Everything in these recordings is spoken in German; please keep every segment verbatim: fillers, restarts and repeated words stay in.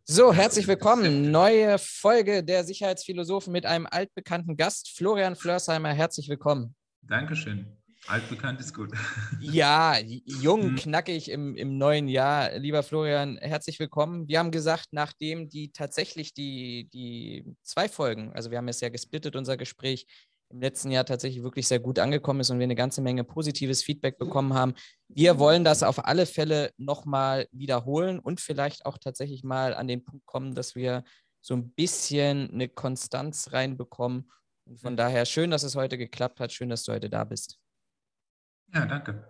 So, herzlich willkommen. Neue Folge der Sicherheitsphilosophen mit einem altbekannten Gast, Florian Flörsheimer. Herzlich willkommen. Dankeschön. Altbekannt ist gut. Ja, jung, knackig im, im neuen Jahr. Lieber Florian, herzlich willkommen. Wir haben gesagt, nachdem die tatsächlich die, die zwei Folgen, also wir haben es ja gesplittet, unser Gespräch, im letzten Jahr tatsächlich wirklich sehr gut angekommen ist und wir eine ganze Menge positives Feedback bekommen haben. Wir wollen das auf alle Fälle nochmal wiederholen und vielleicht auch tatsächlich mal an den Punkt kommen, dass wir so ein bisschen eine Konstanz reinbekommen. Und von daher schön, dass es heute geklappt hat. Schön, dass du heute da bist. Ja, danke.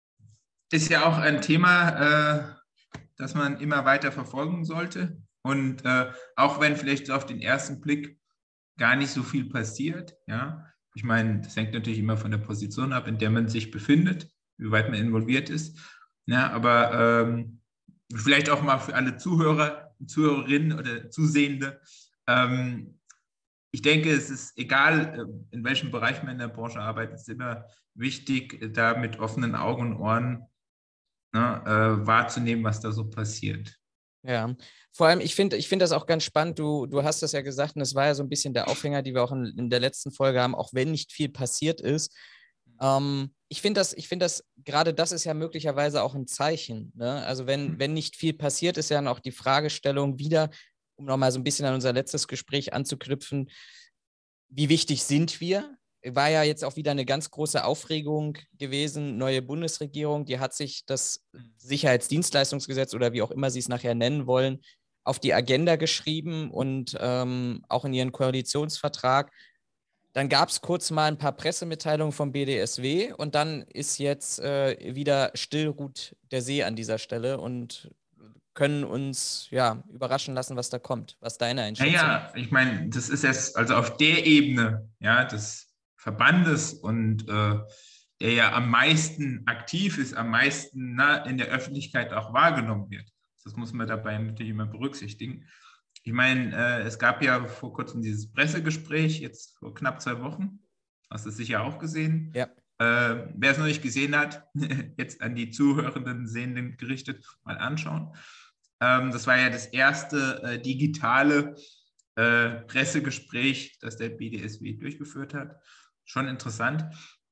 Ist ja auch ein Thema, äh, das man immer weiter verfolgen sollte. Und äh, auch wenn vielleicht auf den ersten Blick gar nicht so viel passiert, ja. Ich meine, das hängt natürlich immer von der Position ab, in der man sich befindet, wie weit man involviert ist. Ja, aber ähm, vielleicht auch mal für alle Zuhörer, Zuhörerinnen oder Zusehende. Ähm, ich denke, es ist egal, in welchem Bereich man in der Branche arbeitet, es ist immer wichtig, da mit offenen Augen und Ohren ne, äh, wahrzunehmen, was da so passiert. Ja, vor allem, ich finde ich find das auch ganz spannend. Du, du hast das ja gesagt, und es war ja so ein bisschen der Aufhänger, die wir auch in, in der letzten Folge haben, auch wenn nicht viel passiert ist. Ähm, ich finde das, ich finde das, gerade das ist ja möglicherweise auch ein Zeichen. Ne? Also wenn, wenn nicht viel passiert, ist ja dann auch die Fragestellung wieder, um nochmal so ein bisschen an unser letztes Gespräch anzuknüpfen, wie wichtig sind wir? War ja jetzt auch wieder eine ganz große Aufregung gewesen. Neue Bundesregierung, die hat sich das Sicherheitsdienstleistungsgesetz oder wie auch immer sie es nachher nennen wollen, auf die Agenda geschrieben und ähm, auch in ihren Koalitionsvertrag. Dann gab es kurz mal ein paar Pressemitteilungen vom B D S W und dann ist jetzt äh, wieder still ruht der See an dieser Stelle und können uns ja überraschen lassen, was da kommt. Was deine Einschätzung? Naja, ich meine, das ist jetzt also auf der Ebene ja, des Verbandes und äh, der ja am meisten aktiv ist, am meisten na, in der Öffentlichkeit auch wahrgenommen wird. Das muss man dabei natürlich immer berücksichtigen. Ich meine, äh, es gab ja vor kurzem dieses Pressegespräch, jetzt vor knapp zwei Wochen. Hast du es sicher auch gesehen? Ja. Äh, wer es noch nicht gesehen hat, jetzt an die Zuhörenden, Sehenden gerichtet, mal anschauen. Ähm, das war ja das erste äh, digitale äh, Pressegespräch, das der B D S W durchgeführt hat. Schon interessant.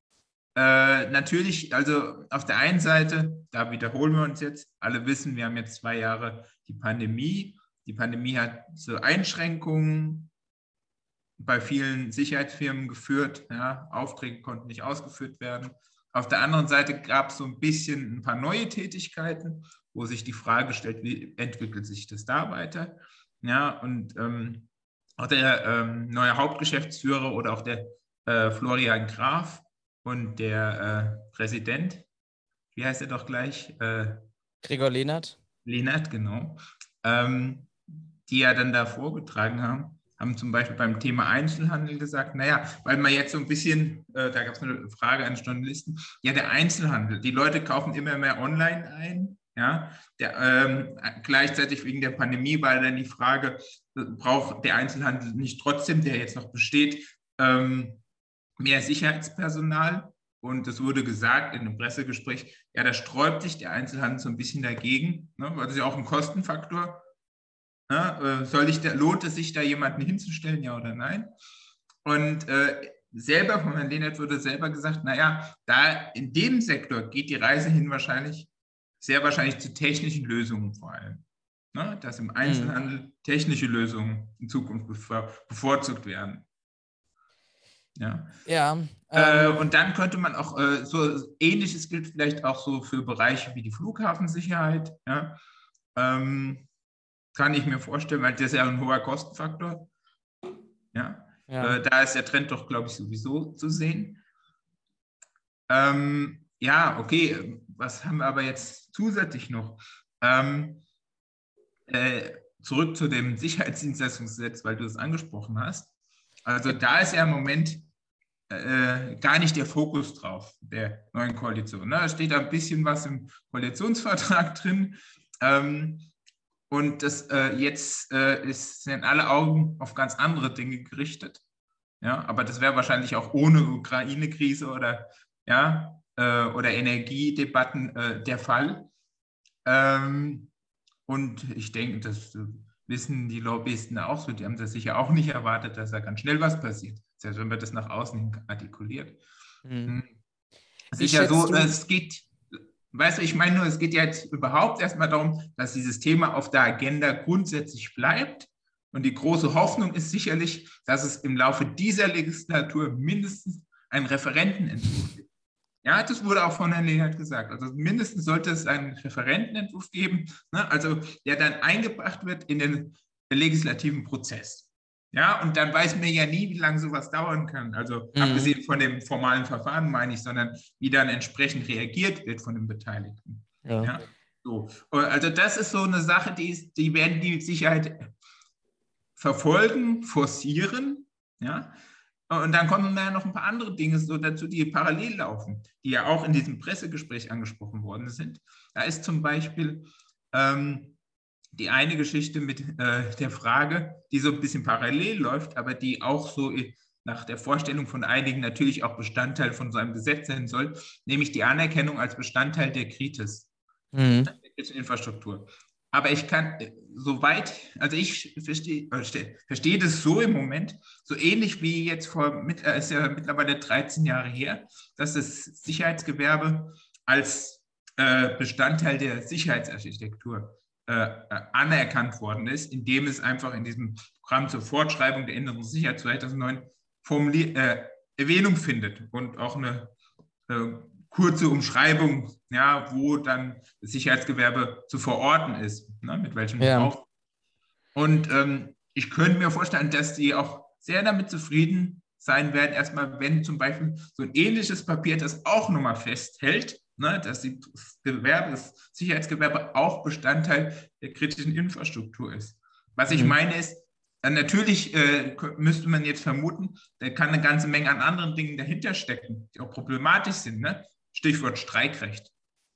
Äh, natürlich, also auf der einen Seite, da wiederholen wir uns jetzt, alle wissen, wir haben jetzt zwei Jahre die Pandemie. Die Pandemie hat zu Einschränkungen bei vielen Sicherheitsfirmen geführt. Ja, Aufträge konnten nicht ausgeführt werden. Auf der anderen Seite gab es so ein bisschen ein paar neue Tätigkeiten, wo sich die Frage stellt, wie entwickelt sich das da weiter? Ja, und ähm, auch der ähm, neue Hauptgeschäftsführer oder auch der äh, Florian Graf und der äh, Präsident, wie heißt er doch gleich? Äh, Gregor Lehnert. Lehnert, genau. Ähm, die ja dann da vorgetragen haben, haben zum Beispiel beim Thema Einzelhandel gesagt, naja, weil man jetzt so ein bisschen, äh, da gab es eine Frage an Journalisten, ja, der Einzelhandel, die Leute kaufen immer mehr online ein, ja, der, ähm, gleichzeitig wegen der Pandemie war dann die Frage, braucht der Einzelhandel nicht trotzdem, der jetzt noch besteht, ähm, mehr Sicherheitspersonal? Und es wurde gesagt in einem Pressegespräch, ja, da sträubt sich der Einzelhandel so ein bisschen dagegen, ne, weil das ist ja auch ein Kostenfaktor. Ja, soll ich da, lohnt es sich, da jemanden hinzustellen, ja oder nein? Und äh, selber von Herrn Lehnert wurde selber gesagt, naja, da in dem Sektor geht die Reise hin wahrscheinlich, sehr wahrscheinlich zu technischen Lösungen vor allem. Ne? Dass im Einzelhandel technische Lösungen in Zukunft bevor, bevorzugt werden. Ja. Ja. Äh, Ähm, und dann könnte man auch, äh, so Ähnliches gilt vielleicht auch so für Bereiche wie die Flughafensicherheit. Ja. Ähm, kann ich mir vorstellen, weil das ist ja ein hoher Kostenfaktor. Ja. ja. Äh, da ist der Trend doch, glaube ich, sowieso zu sehen. Ähm, ja, okay, was haben wir aber jetzt zusätzlich noch? Ähm, äh, zurück zu dem Sicherheitsdienstleistungsgesetz, weil du es angesprochen hast. Also da ist ja im Moment äh, gar nicht der Fokus drauf, der neuen Koalition. Ne? Da steht ein bisschen was im Koalitionsvertrag drin. Ähm, Und das, äh, jetzt äh, ist, sind alle Augen auf ganz andere Dinge gerichtet. Ja, aber das wäre wahrscheinlich auch ohne Ukraine-Krise oder, ja, äh, oder Energiedebatten äh, der Fall. Ähm, und ich denke, das wissen die Lobbyisten auch so, die haben das sicher auch nicht erwartet, dass da ganz schnell was passiert, selbst wenn man das nach außen hin artikuliert. Mhm. Es Wie ist ja schätzt so, du? es geht, weißt du, ich meine nur, es geht ja jetzt überhaupt erstmal darum, dass dieses Thema auf der Agenda grundsätzlich bleibt. Und die große Hoffnung ist sicherlich, dass es im Laufe dieser Legislatur mindestens einen Referentenentwurf gibt. Ja, das wurde auch von Herrn Lehnert gesagt. Also mindestens sollte es einen Referentenentwurf geben, ne, also der dann eingebracht wird in den legislativen Prozess. Ja, und dann weiß man ja nie, wie lange sowas dauern kann. Also Mhm. abgesehen von dem formalen Verfahren meine ich, sondern wie dann entsprechend reagiert wird von den Beteiligten. Ja. Ja, so. Also das ist so eine Sache, die, ist, die werden die mit Sicherheit verfolgen, forcieren. Ja, und dann kommen da noch ein paar andere Dinge so dazu, die parallel laufen, die ja auch in diesem Pressegespräch angesprochen worden sind. Da ist zum Beispiel ähm, die eine Geschichte mit äh, der Frage, die so ein bisschen parallel läuft, aber die auch so nach der Vorstellung von einigen natürlich auch Bestandteil von so einem Gesetz sein soll, nämlich die Anerkennung als Bestandteil der Kritis, Mhm. der kritischen Infrastruktur. Aber ich kann, soweit, also ich verstehe, verstehe das so im Moment, so ähnlich wie jetzt vor, ist ja mittlerweile dreizehn Jahre her, dass das Sicherheitsgewerbe als äh, Bestandteil der Sicherheitsarchitektur äh, anerkannt worden ist, indem es einfach in diesem Programm zur Fortschreibung der inneren Sicherheit zweitausendneun Formulier äh, Erwähnung findet und auch eine äh, kurze Umschreibung, ja, wo dann das Sicherheitsgewerbe zu verorten ist, ne, mit welchem Ja. Auf. Und ähm, ich könnte mir vorstellen, dass die auch sehr damit zufrieden sein werden, erstmal, wenn zum Beispiel so ein ähnliches Papier das auch nochmal festhält, ne, dass die Gewerbe, das Sicherheitsgewerbe auch Bestandteil der kritischen Infrastruktur ist. Was ich Mhm. meine ist, dann natürlich äh, müsste man jetzt vermuten, da kann eine ganze Menge an anderen Dingen dahinter stecken, die auch problematisch sind. Ne? Stichwort Streikrecht.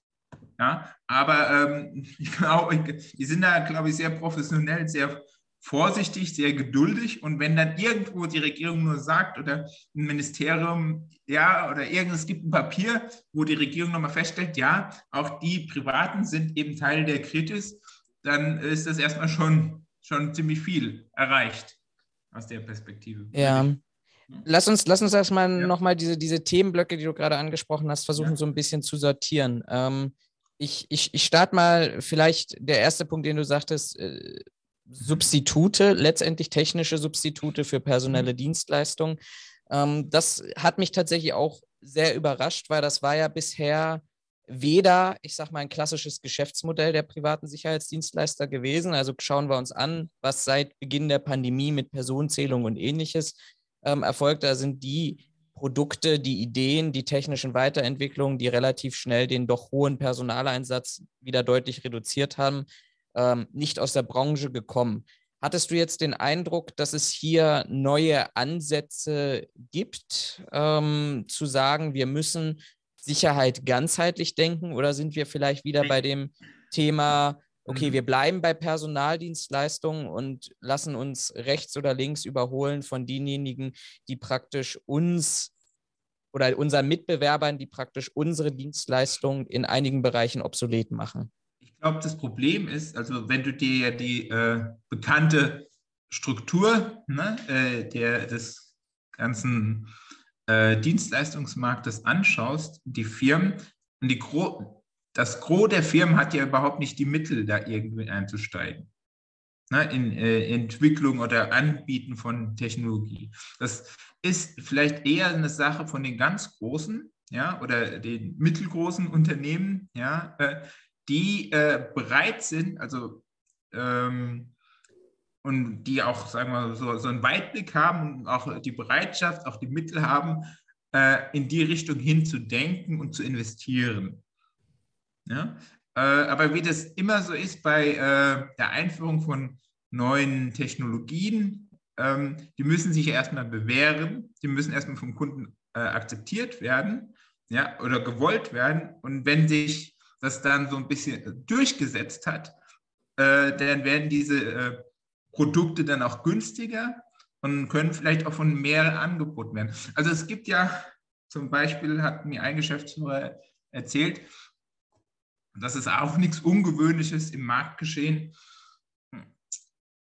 Ja, aber ähm, ich glaube, die sind da, glaube ich, sehr professionell, sehr vorsichtig, sehr geduldig. Und wenn dann irgendwo die Regierung nur sagt oder ein Ministerium, ja, oder irgendwas gibt ein Papier, wo die Regierung nochmal feststellt, ja, auch die Privaten sind eben Teil der Kritis, dann ist das erstmal schon, schon ziemlich viel erreicht aus der Perspektive. Ja. Ich, Lass uns, lass uns erstmal ja, nochmal diese, diese Themenblöcke, die du gerade angesprochen hast, versuchen ja. so ein bisschen zu sortieren. Ähm, ich, ich, ich starte mal vielleicht der erste Punkt, den du sagtest, äh, Substitute, letztendlich technische Substitute für personelle Mhm. Dienstleistungen. Ähm, das hat mich tatsächlich auch sehr überrascht, weil das war ja bisher weder, ich sag mal, ein klassisches Geschäftsmodell der privaten Sicherheitsdienstleister gewesen. Also schauen wir uns an, was seit Beginn der Pandemie mit Personenzählung und ähnliches ähm, erfolgt. Da sind die Produkte, die Ideen, die technischen Weiterentwicklungen, die relativ schnell den doch hohen Personaleinsatz wieder deutlich reduziert haben, ähm, nicht aus der Branche gekommen. Hattest du jetzt den Eindruck, dass es hier neue Ansätze gibt, ähm, zu sagen, wir müssen Sicherheit ganzheitlich denken, oder sind wir vielleicht wieder bei dem Thema, okay, wir Mhm. bleiben bei Personaldienstleistungen und lassen uns rechts oder links überholen von denjenigen, die praktisch uns oder unseren Mitbewerbern, die praktisch unsere Dienstleistungen in einigen Bereichen obsolet machen? Ich glaube, das Problem ist, also wenn du dir ja die äh, bekannte Struktur, ne, äh, der, des ganzen äh, Dienstleistungsmarktes anschaust, die Firmen, und die Gro das Gros der Firmen hat ja überhaupt nicht die Mittel, da irgendwie einzusteigen, ne, in äh, Entwicklung oder Anbieten von Technologie. Das ist vielleicht eher eine Sache von den ganz großen, ja, oder den mittelgroßen Unternehmen, ja, äh, die äh, bereit sind, also ähm, und die auch, sagen wir mal, so, so einen Weitblick haben und auch die Bereitschaft, auch die Mittel haben, äh, in die Richtung hin zu denken und zu investieren. Ja? Äh, aber wie das immer so ist bei äh, der Einführung von neuen Technologien, ähm, die müssen sich erstmal bewähren, die müssen erstmal vom Kunden äh, akzeptiert werden, ja, oder gewollt werden. Und wenn sich das dann so ein bisschen durchgesetzt hat, äh, dann werden diese äh, Produkte dann auch günstiger und können vielleicht auch von mehr angeboten werden. Also es gibt ja zum Beispiel, hat mir ein Geschäftsführer erzählt, das ist auch nichts Ungewöhnliches im Marktgeschehen.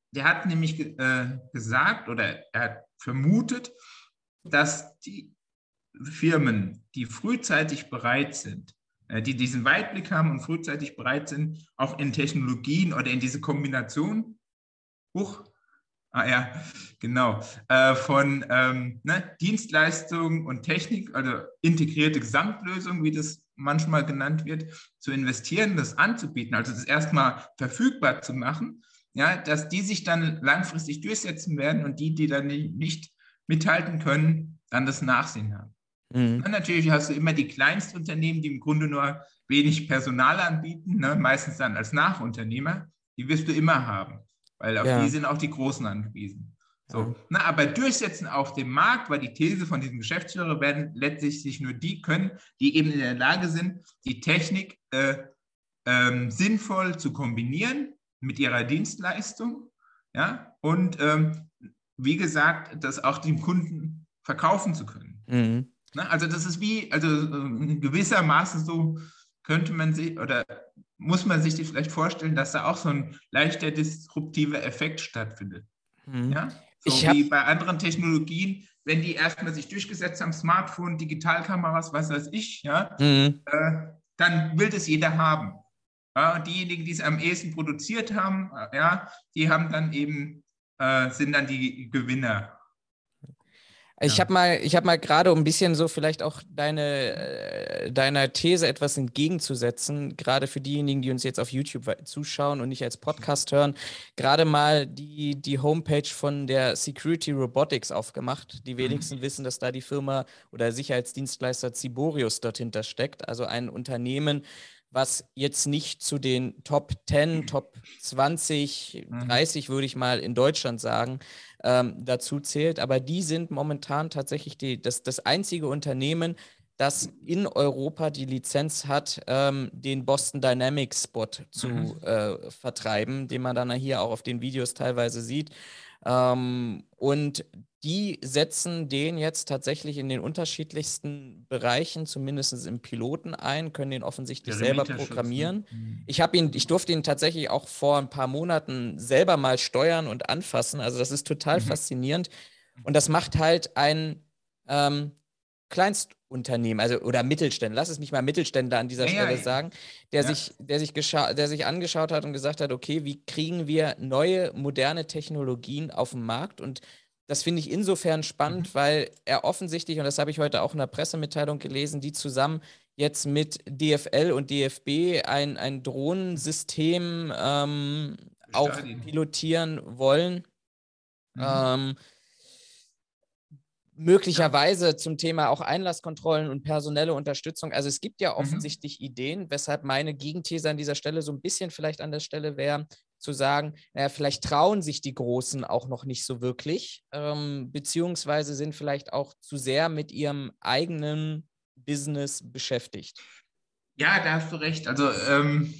der hat nämlich äh, gesagt oder er hat vermutet, dass die Firmen, die frühzeitig bereit sind, äh, die diesen Weitblick haben und frühzeitig bereit sind, auch in Technologien oder in diese Kombination, hoch, ah ja, genau, äh, von ähm, ne, Dienstleistung und Technik, also integrierte Gesamtlösung, wie das manchmal genannt wird, zu investieren, das anzubieten, also das erstmal verfügbar zu machen, ja, dass die sich dann langfristig durchsetzen werden und die, die dann nicht mithalten können, dann das Nachsehen haben. Mhm. Na, natürlich hast du immer die Kleinstunternehmen, die im Grunde nur wenig Personal anbieten, ne, meistens dann als Nachunternehmer, die wirst du immer haben, weil auf die Ja. sind auch die Großen angewiesen. Ja. So, na, aber durchsetzen auf dem Markt, weil die These von diesem Geschäftsführer werden letztlich sich nur die können, die eben in der Lage sind, die Technik äh, ähm, sinnvoll zu kombinieren mit ihrer Dienstleistung, ja, und ähm, wie gesagt, das auch dem Kunden verkaufen zu können. Mhm. Na, also das ist wie, also in gewissermaßen so könnte man sich oder muss man sich vielleicht vorstellen, dass da auch so ein leichter disruptiver Effekt stattfindet. Mhm. Ja? So Ich wie habe bei anderen Technologien, wenn die erstmal sich durchgesetzt haben, Smartphone, Digitalkameras, was weiß ich, ja, mhm. äh, dann will das jeder haben. Ja, und diejenigen, die es am ehesten produziert haben, äh, ja, die haben dann eben, äh, sind dann die Gewinner. Ich habe Ja. mal, ich habe mal gerade, um ein bisschen so vielleicht auch deine, äh, deiner These etwas entgegenzusetzen, gerade für diejenigen, die uns jetzt auf YouTube wei- zuschauen und nicht als Podcast hören, gerade mal die, die Homepage von der Security Robotics aufgemacht. Die wenigsten Mhm. wissen, dass da die Firma oder Sicherheitsdienstleister Ciborius dahinter steckt, also ein Unternehmen, was jetzt nicht zu den Top zehn, Top zwanzig, Mhm. dreißig würde ich mal in Deutschland sagen, ähm, dazu zählt. Aber die sind momentan tatsächlich die, das, das einzige Unternehmen, das in Europa die Lizenz hat, ähm, den Boston Dynamics Spot zu Mhm. äh, vertreiben, den man dann hier auch auf den Videos teilweise sieht. Ähm, und die setzen den jetzt tatsächlich in den unterschiedlichsten Bereichen, zumindest im Piloten ein, können den offensichtlich selber Perimeterschutz, ne? programmieren. Mhm. Ich habe ihn, ich durfte ihn tatsächlich auch vor ein paar Monaten selber mal steuern und anfassen. Also das ist total Mhm. faszinierend. Und das macht halt ein ähm, Kleinstunternehmen, also oder Mittelständler, lass es mich mal Mittelständler an dieser Ja, ja, Stelle sagen, der ja. sich, der sich gescha- der sich angeschaut hat und gesagt hat, okay, wie kriegen wir neue, moderne Technologien auf den Markt? Und das finde ich insofern spannend, Mhm. weil er offensichtlich, und das habe ich heute auch in der Pressemitteilung gelesen, die zusammen jetzt mit D F L und D F B ein, ein Drohnensystem ähm, auch Stadien. pilotieren wollen. Mhm. Ähm, Ja. möglicherweise zum Thema auch Einlasskontrollen und personelle Unterstützung. Also es gibt ja Mhm. offensichtlich Ideen, weshalb meine Gegenthese an dieser Stelle so ein bisschen vielleicht an der Stelle wäre, zu sagen, naja, vielleicht trauen sich die Großen auch noch nicht so wirklich, ähm, beziehungsweise sind vielleicht auch zu sehr mit ihrem eigenen Business beschäftigt. Ja, da hast du recht. Also ähm,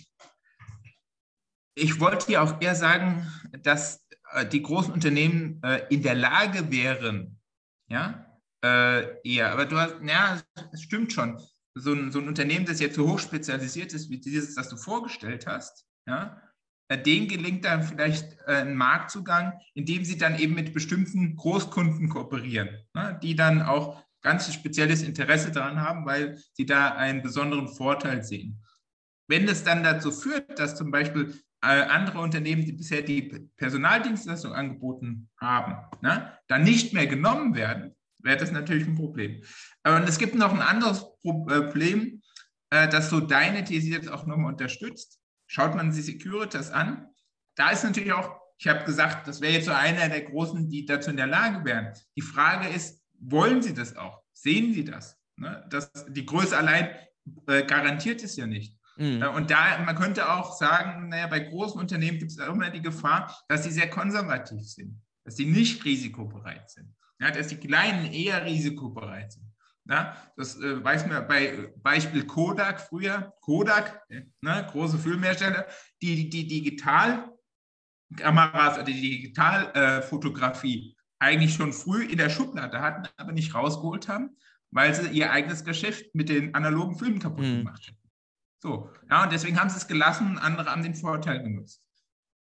ich wollte ja auch eher sagen, dass äh, die großen Unternehmen äh, in der Lage wären, ja, äh, eher, aber du hast, ja, es stimmt schon. So ein, so ein Unternehmen, das jetzt so hoch spezialisiert ist, wie dieses, das du vorgestellt hast, ja, äh, denen gelingt dann vielleicht äh, ein Marktzugang, indem sie dann eben mit bestimmten Großkunden kooperieren, ne, die dann auch ganz spezielles Interesse daran haben, weil sie da einen besonderen Vorteil sehen. Wenn es dann dazu führt, dass zum Beispiel äh, andere Unternehmen, die bisher die Personaldienstleistung angeboten haben, ne, dann nicht mehr genommen werden, wäre das natürlich ein Problem. Und es gibt noch ein anderes Problem, äh, das so deine These jetzt auch nochmal unterstützt. Schaut man sich Securitas an, da ist natürlich auch, ich habe gesagt, das wäre jetzt so einer der Großen, die dazu in der Lage wären. Die Frage ist, wollen sie das auch? Sehen sie das? Ne? Das die Größe allein äh, garantiert es ja nicht. Mhm. Und da, man könnte auch sagen, naja, bei großen Unternehmen gibt es auch immer die Gefahr, dass sie sehr konservativ sind, dass sie nicht risikobereit sind, ja, dass die Kleinen eher risikobereit sind. Ja, das äh, weiß man bei Beispiel Kodak früher. Kodak, ne, große Filmhersteller, die die Digitalkameras oder die Digitalfotografie äh, eigentlich schon früh in der Schublade hatten, aber nicht rausgeholt haben, weil sie ihr eigenes Geschäft mit den analogen Filmen kaputt Mhm. gemacht haben. So, ja, und deswegen haben sie es gelassen und andere haben den Vorteil genutzt.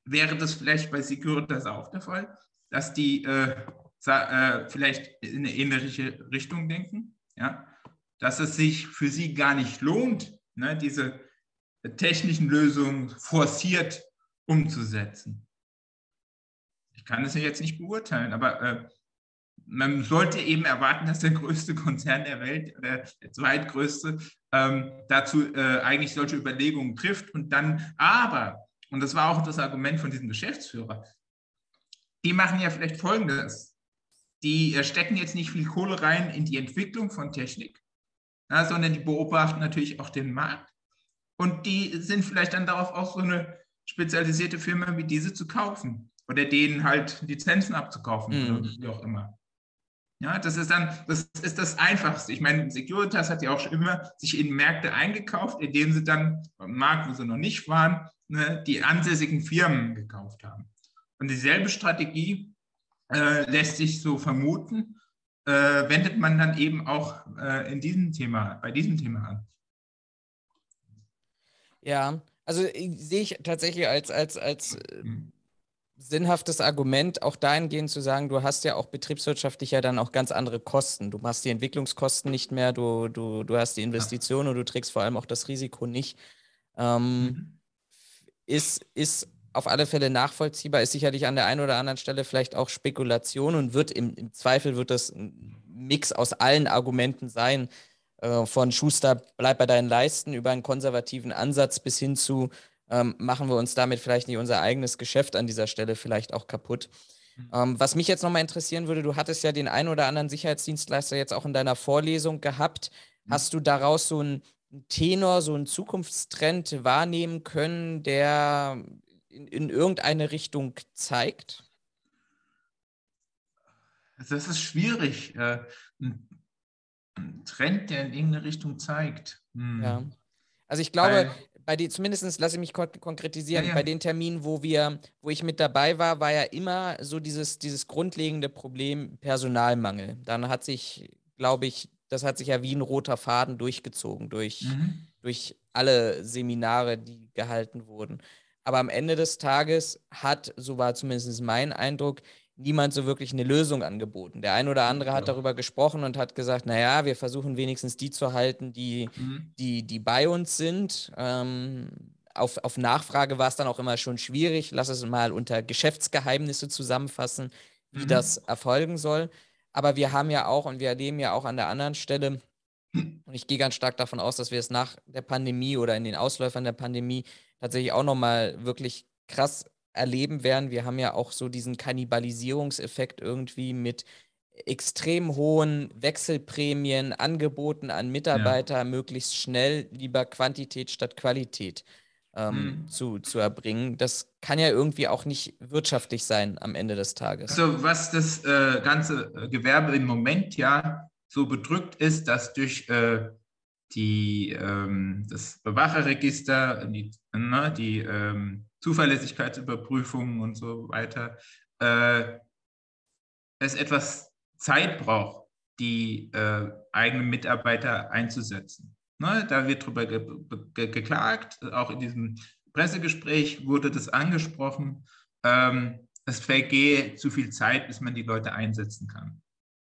wäre das vielleicht bei Securitas auch der Fall, dass die äh, äh, vielleicht in eine ähnliche Richtung denken, ja? Dass es sich für sie gar nicht lohnt, ne, diese technischen Lösungen forciert umzusetzen. Ich kann das ja jetzt nicht beurteilen, aber äh, man sollte eben erwarten, dass der größte Konzern der Welt, oder der zweitgrößte, ähm, dazu äh, eigentlich solche Überlegungen trifft und dann aber, und das war auch das Argument von diesem Geschäftsführer, die machen ja vielleicht Folgendes. Die äh, stecken jetzt nicht viel Kohle rein in die Entwicklung von Technik, ja, sondern die beobachten natürlich auch den Markt und die sind vielleicht dann darauf auch so eine spezialisierte Firma wie diese zu kaufen oder denen halt Lizenzen abzukaufen Mhm. oder wie auch immer. Ja, das ist dann, das ist das Einfachste. Ich meine, Securitas hat ja auch schon immer sich in Märkte eingekauft, indem sie dann am Markt, wo sie noch nicht waren, ne, die ansässigen Firmen gekauft haben. Und dieselbe Strategie äh, lässt sich so vermuten, äh, wendet man dann eben auch äh, in diesem Thema, bei diesem Thema an. Ja, also äh, sehe ich tatsächlich als, als, als äh, Hm. sinnhaftes Argument, auch dahingehend zu sagen, du hast ja auch betriebswirtschaftlich ja dann auch ganz andere Kosten. Du machst die Entwicklungskosten nicht mehr, du, du, du hast die Investitionen und du trägst vor allem auch das Risiko nicht. Ähm, Mhm. ist, ist auf alle Fälle nachvollziehbar, ist sicherlich an der einen oder anderen Stelle vielleicht auch Spekulation und wird im, im Zweifel wird das ein Mix aus allen Argumenten sein, äh, von Schuster, bleib bei deinen Leisten, über einen konservativen Ansatz bis hin zu, ähm, machen wir uns damit vielleicht nicht unser eigenes Geschäft an dieser Stelle vielleicht auch kaputt. Ähm, was mich jetzt nochmal interessieren würde, du hattest ja den einen oder anderen Sicherheitsdienstleister jetzt auch in deiner Vorlesung gehabt. Hast du daraus so ein Tenor, so einen Zukunftstrend wahrnehmen können, der in, in irgendeine Richtung zeigt? Also das ist schwierig. Äh, ein Trend, der in irgendeine Richtung zeigt. Ja. Hm. Also ich glaube, Weil, bei den, zumindest lasse ich mich kon ja, konkretisieren, bei ja. den Terminen, wo wir, wo ich mit dabei war, war ja immer so dieses, dieses grundlegende Problem Personalmangel. Dann hat sich, glaube ich, das hat sich ja wie ein roter Faden durchgezogen durch, Mhm. durch alle Seminare, die gehalten wurden. Aber am Ende des Tages hat, so war zumindest mein Eindruck, niemand so wirklich eine Lösung angeboten. Der ein oder andere hat Doch. darüber gesprochen und hat gesagt, naja, wir versuchen wenigstens die zu halten, die Mhm. die, die bei uns sind. Ähm, auf, auf Nachfrage war es dann auch immer schon schwierig. Lass es mal unter Geschäftsgeheimnisse zusammenfassen, wie das Mhm. erfolgen soll. Aber wir haben ja auch und wir erleben ja auch an der anderen Stelle, und ich gehe ganz stark davon aus, dass wir es nach der Pandemie oder in den Ausläufern der Pandemie tatsächlich auch nochmal wirklich krass erleben werden. Wir haben ja auch so diesen Kannibalisierungseffekt irgendwie mit extrem hohen Wechselprämien, Angeboten an Ja. Mitarbeiter, möglichst schnell lieber Quantität statt Qualität ähm, Mhm. zu, zu erbringen. Das kann ja irgendwie auch nicht wirtschaftlich sein am Ende des Tages. Also was das äh, ganze äh, Gewerbe im Moment ja so bedrückt ist, dass durch äh, die, ähm, das Bewacherregister, die, ne, die ähm, Zuverlässigkeitsüberprüfungen und so weiter, äh, es etwas Zeit braucht, die äh, eigenen Mitarbeiter einzusetzen. Ne, da wird darüber ge ge geklagt, auch in diesem Pressegespräch wurde das angesprochen. Ähm, es vergehe zu viel Zeit, bis man die Leute einsetzen kann.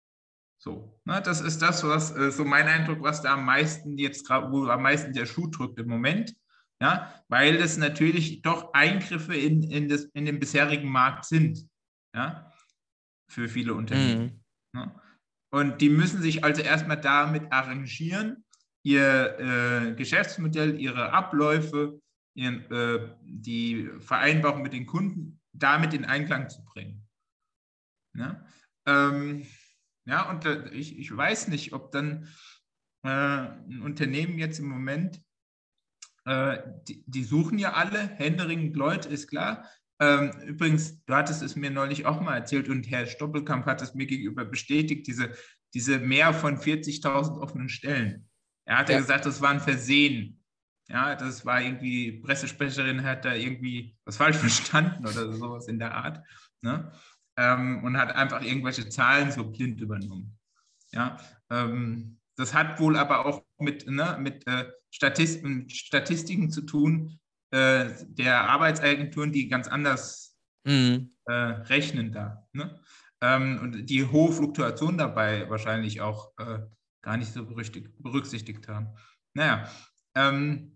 So, ne, das ist das, was äh, so mein Eindruck, was da am meisten jetzt gerade, wo am meisten der Schuh drückt im Moment, ja, weil das natürlich doch Eingriffe in, in, das, in den bisherigen Markt sind, ja, für viele Mhm. Unternehmen. Ne? Und die müssen sich also erstmal damit arrangieren, ihr äh, Geschäftsmodell, ihre Abläufe, ihren, äh, die Vereinbarung mit den Kunden damit in Einklang zu bringen. Ne? Ähm, ja, und äh, ich, ich weiß nicht, ob dann äh, ein Unternehmen jetzt im Moment, äh, die, die suchen ja alle, händeringend Leute, ist klar. Ähm, übrigens, du hattest es mir neulich auch mal erzählt und Herr Stoppelkamp hat es mir gegenüber bestätigt, diese, diese mehr von vierzigtausend offenen Stellen. Er hatte Ja. gesagt, das war ein Versehen. Ja, das war irgendwie, Pressesprecherin hat da irgendwie was falsch verstanden oder sowas in der Art. Ne? Ähm, und hat einfach irgendwelche Zahlen so blind übernommen. Ja, ähm, das hat wohl aber auch mit, ne, mit äh, Statisten, Statistiken zu tun, äh, der Arbeitsagenturen, die ganz anders Mhm. äh, rechnen da. Ne? Ähm, und die hohe Fluktuation dabei wahrscheinlich auch äh, gar nicht so berücksichtigt haben. Naja, ähm,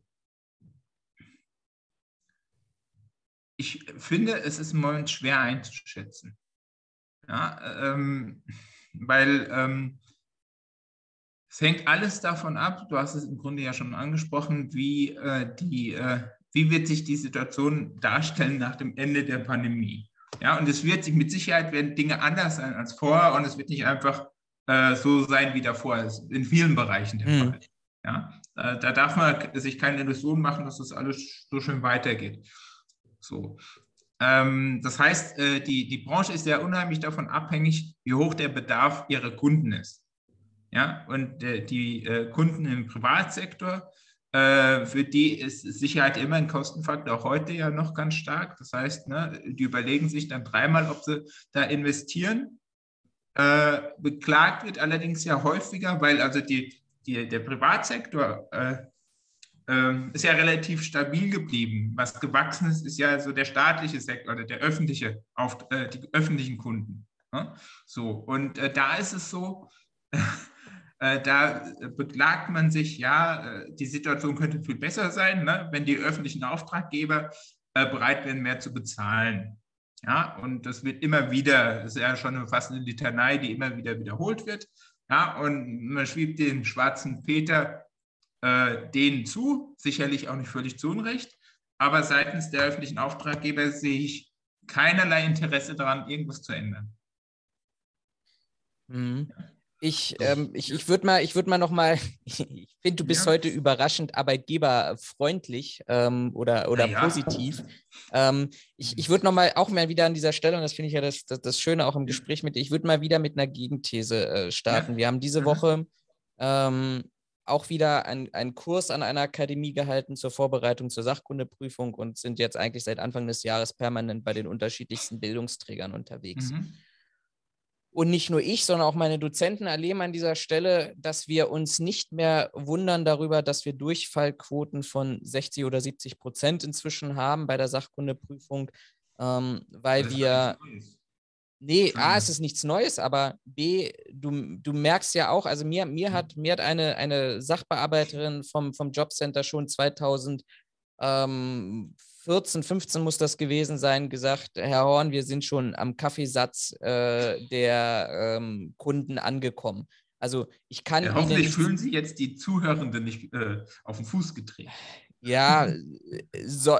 ich finde, es ist im Moment schwer einzuschätzen. Ja, ähm, weil ähm, es hängt alles davon ab, du hast es im Grunde ja schon angesprochen, wie, äh, die, äh, wie wird sich die Situation darstellen nach dem Ende der Pandemie. Ja, und es wird sich mit Sicherheit werden Dinge anders sein als vorher und es wird nicht einfach äh, so sein wie davor. Das ist in vielen Bereichen der Mhm. Fall. Ja, da, da darf man sich keine Illusion machen, dass das alles so schön weitergeht. So. Ähm, das heißt, äh, die, die Branche ist ja unheimlich davon abhängig, wie hoch der Bedarf ihrer Kunden ist. Ja, und äh, die äh, Kunden im Privatsektor, äh, für die ist Sicherheit immer ein Kostenfaktor, auch heute ja noch ganz stark. Das heißt, ne, die überlegen sich dann dreimal, ob sie da investieren. Äh, beklagt wird allerdings ja häufiger, weil also die, die, der Privatsektor äh, äh, ist ja relativ stabil geblieben. Was gewachsen ist, ist ja so der staatliche Sektor oder der öffentliche, auf, äh, die öffentlichen Kunden. Ne? So, und äh, da ist es so, Äh, da beklagt man sich, ja, äh, die Situation könnte viel besser sein, ne, wenn die öffentlichen Auftraggeber äh, bereit wären, mehr zu bezahlen. Ja, und das wird immer wieder, das ist ja schon fast eine Litanei, die immer wieder wiederholt wird. Ja, und man schiebt den schwarzen Peter äh, denen zu, sicherlich auch nicht völlig zu Unrecht, aber seitens der öffentlichen Auftraggeber sehe ich keinerlei Interesse daran, irgendwas zu ändern. Mhm. Ich, So. ähm, ich, ich würde mal, ich würde mal noch mal, ich finde, du bist Ja. heute überraschend arbeitgeberfreundlich ähm, oder, oder Ja. positiv. Ähm, ich ich würde noch mal auch mal wieder an dieser Stelle, und das finde ich ja das, das, das Schöne auch im Ja. Gespräch mit dir, ich würde mal wieder mit einer Gegenthese äh, starten. Ja. Wir haben diese Mhm. Woche ähm, auch wieder ein, einen Kurs an einer Akademie gehalten zur Vorbereitung zur Sachkundeprüfung und sind jetzt eigentlich seit Anfang des Jahres permanent bei den unterschiedlichsten Bildungsträgern unterwegs. Mhm. Und nicht nur ich, sondern auch meine Dozenten erleben an dieser Stelle, dass wir uns nicht mehr wundern darüber, dass wir Durchfallquoten von sechzig oder siebzig Prozent inzwischen haben bei der Sachkundeprüfung, ähm, weil Das ist wir, nichts nee, A, es Neues. ist nichts Neues, aber B, du, du merkst ja auch, also mir, mir hat, mir hat eine, eine Sachbearbeiterin vom, vom Jobcenter schon zweitausend ähm, vierzehn, fünfzehn muss das gewesen sein, gesagt, Herr Horn, wir sind schon am Kaffeesatz äh, der ähm, Kunden angekommen. Also ich kann Ja, Ihnen hoffentlich nichts, fühlen sich jetzt die Zuhörenden nicht äh, auf den Fuß getreten. ja, so,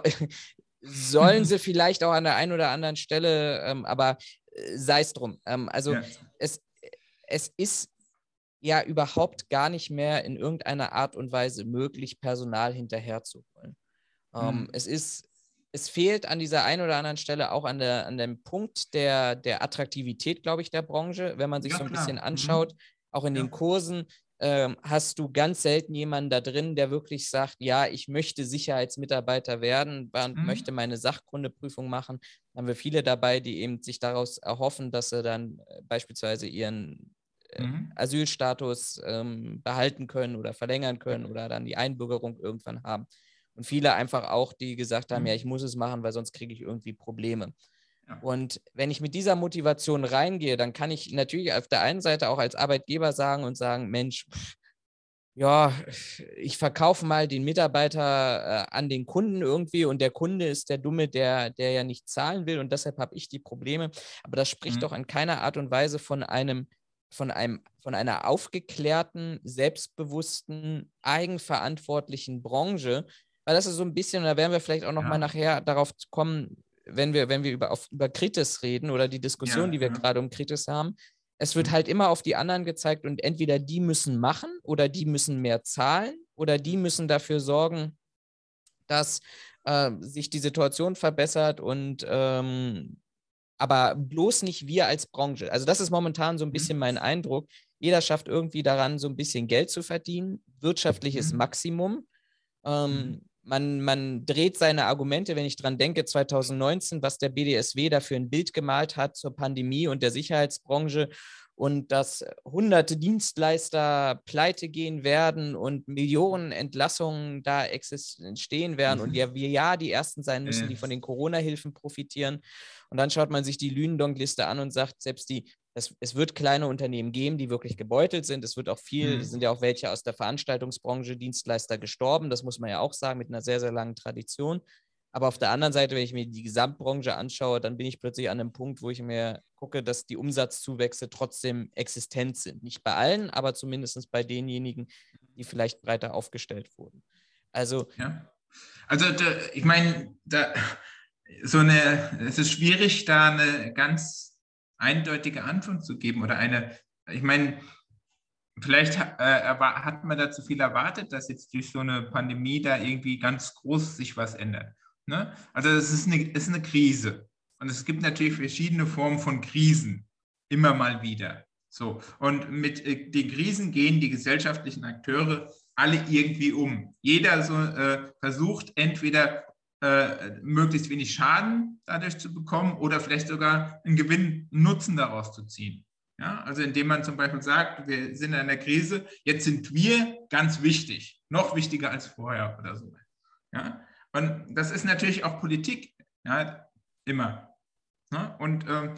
sollen sie vielleicht auch an der einen oder anderen Stelle, ähm, aber äh, sei es drum. Ähm, also Ja. es, es ist ja überhaupt gar nicht mehr in irgendeiner Art und Weise möglich, Personal hinterherzuholen. Ähm, Mhm. es ist, es fehlt an dieser einen oder anderen Stelle auch an, der, an dem Punkt der, der Attraktivität, glaube ich, der Branche. Wenn man sich Ja, so ein bisschen klar. anschaut, Mhm. auch in Ja. den Kursen, ähm, hast du ganz selten jemanden da drin, der wirklich sagt, ja, ich möchte Sicherheitsmitarbeiter werden und Mhm. möchte meine Sachkundeprüfung machen. Da haben wir viele dabei, die eben sich daraus erhoffen, dass sie dann äh, beispielsweise ihren äh, Mhm. Asylstatus ähm, behalten können oder verlängern können oder dann die Einbürgerung irgendwann haben. Und viele einfach auch, die gesagt haben, Mhm. ja, ich muss es machen, weil sonst kriege ich irgendwie Probleme. Ja. Und wenn ich mit dieser Motivation reingehe, dann kann ich natürlich auf der einen Seite auch als Arbeitgeber sagen und sagen, Mensch, pff, ja, ich verkaufe mal den Mitarbeiter äh, an den Kunden irgendwie und der Kunde ist der Dumme, der, der ja nicht zahlen will und deshalb habe ich die Probleme. Aber das spricht Mhm. doch in keiner Art und Weise von einem, von einem, von einer aufgeklärten, selbstbewussten, eigenverantwortlichen Branche, weil das ist so ein bisschen, und da werden wir vielleicht auch nochmal Ja. nachher darauf kommen, wenn wir, wenn wir über, auf, über Kritis reden oder die Diskussion, Ja. die wir Ja. gerade um Kritis haben. Es wird Mhm. halt immer auf die anderen gezeigt und entweder die müssen machen oder die müssen mehr zahlen oder die müssen dafür sorgen, dass äh, sich die Situation verbessert und ähm, aber bloß nicht wir als Branche. Also das ist momentan so ein bisschen Mhm. mein Eindruck. Jeder schafft irgendwie daran, so ein bisschen Geld zu verdienen. Wirtschaftliches Mhm. Maximum. Ähm, Mhm. man, man dreht seine Argumente, wenn ich dran denke, zwanzig neunzehn, was der B D S W da für ein Bild gemalt hat zur Pandemie und der Sicherheitsbranche und dass hunderte Dienstleister pleite gehen werden und Millionen Entlassungen da entstehen werden und ja, wir ja die Ersten sein müssen, die von den Corona-Hilfen profitieren. Und dann schaut man sich die Lünendonk-Liste an und sagt, selbst die Es, es wird kleine Unternehmen geben, die wirklich gebeutelt sind. Es wird auch viel, es sind ja auch welche aus der Veranstaltungsbranche, Dienstleister gestorben. Das muss man ja auch sagen, mit einer sehr, sehr langen Tradition. Aber auf der anderen Seite, wenn ich mir die Gesamtbranche anschaue, dann bin ich plötzlich an einem Punkt, wo ich mir gucke, dass die Umsatzzuwächse trotzdem existent sind. Nicht bei allen, aber zumindest bei denjenigen, die vielleicht breiter aufgestellt wurden. Also, ja. Also da, ich meine, da, so eine, es ist schwierig, da eine ganz eindeutige Antwort zu geben oder eine, ich meine, vielleicht äh, hat man da zu viel erwartet, dass jetzt durch so eine Pandemie da irgendwie ganz groß sich was ändert. Ne? Also es ist eine, es ist eine Krise und es gibt natürlich verschiedene Formen von Krisen, immer mal wieder. So. Und mit äh, den Krisen gehen die gesellschaftlichen Akteure alle irgendwie um. Jeder so, äh, versucht entweder Äh, möglichst wenig Schaden dadurch zu bekommen oder vielleicht sogar einen Gewinn, einen Nutzen daraus zu ziehen. Ja, also indem man zum Beispiel sagt, wir sind in einer Krise, jetzt sind wir ganz wichtig, noch wichtiger als vorher oder so. Ja, und das ist natürlich auch Politik, ja, immer. Ja, und ähm,